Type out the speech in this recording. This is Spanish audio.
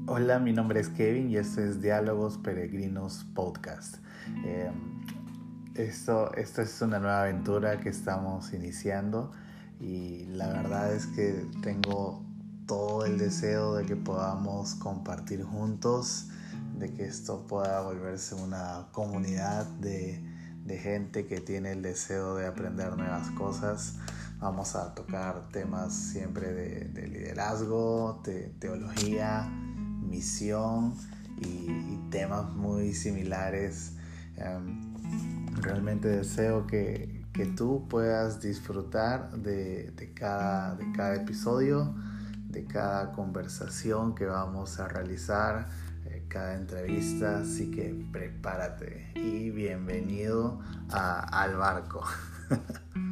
Hola, mi nombre es Kevin y esto es Diálogos Peregrinos Podcast. Esto es una nueva aventura que estamos iniciando y la verdad es que tengo todo el deseo de que podamos compartir juntos, de que esto pueda volverse una comunidad de gente que tiene el deseo de aprender nuevas cosas. Vamos a tocar temas siempre de liderazgo, de teología, misión y temas muy similares. Realmente deseo que tú puedas disfrutar de cada episodio, de cada conversación que vamos a realizar, cada entrevista, así que prepárate y bienvenido al barco.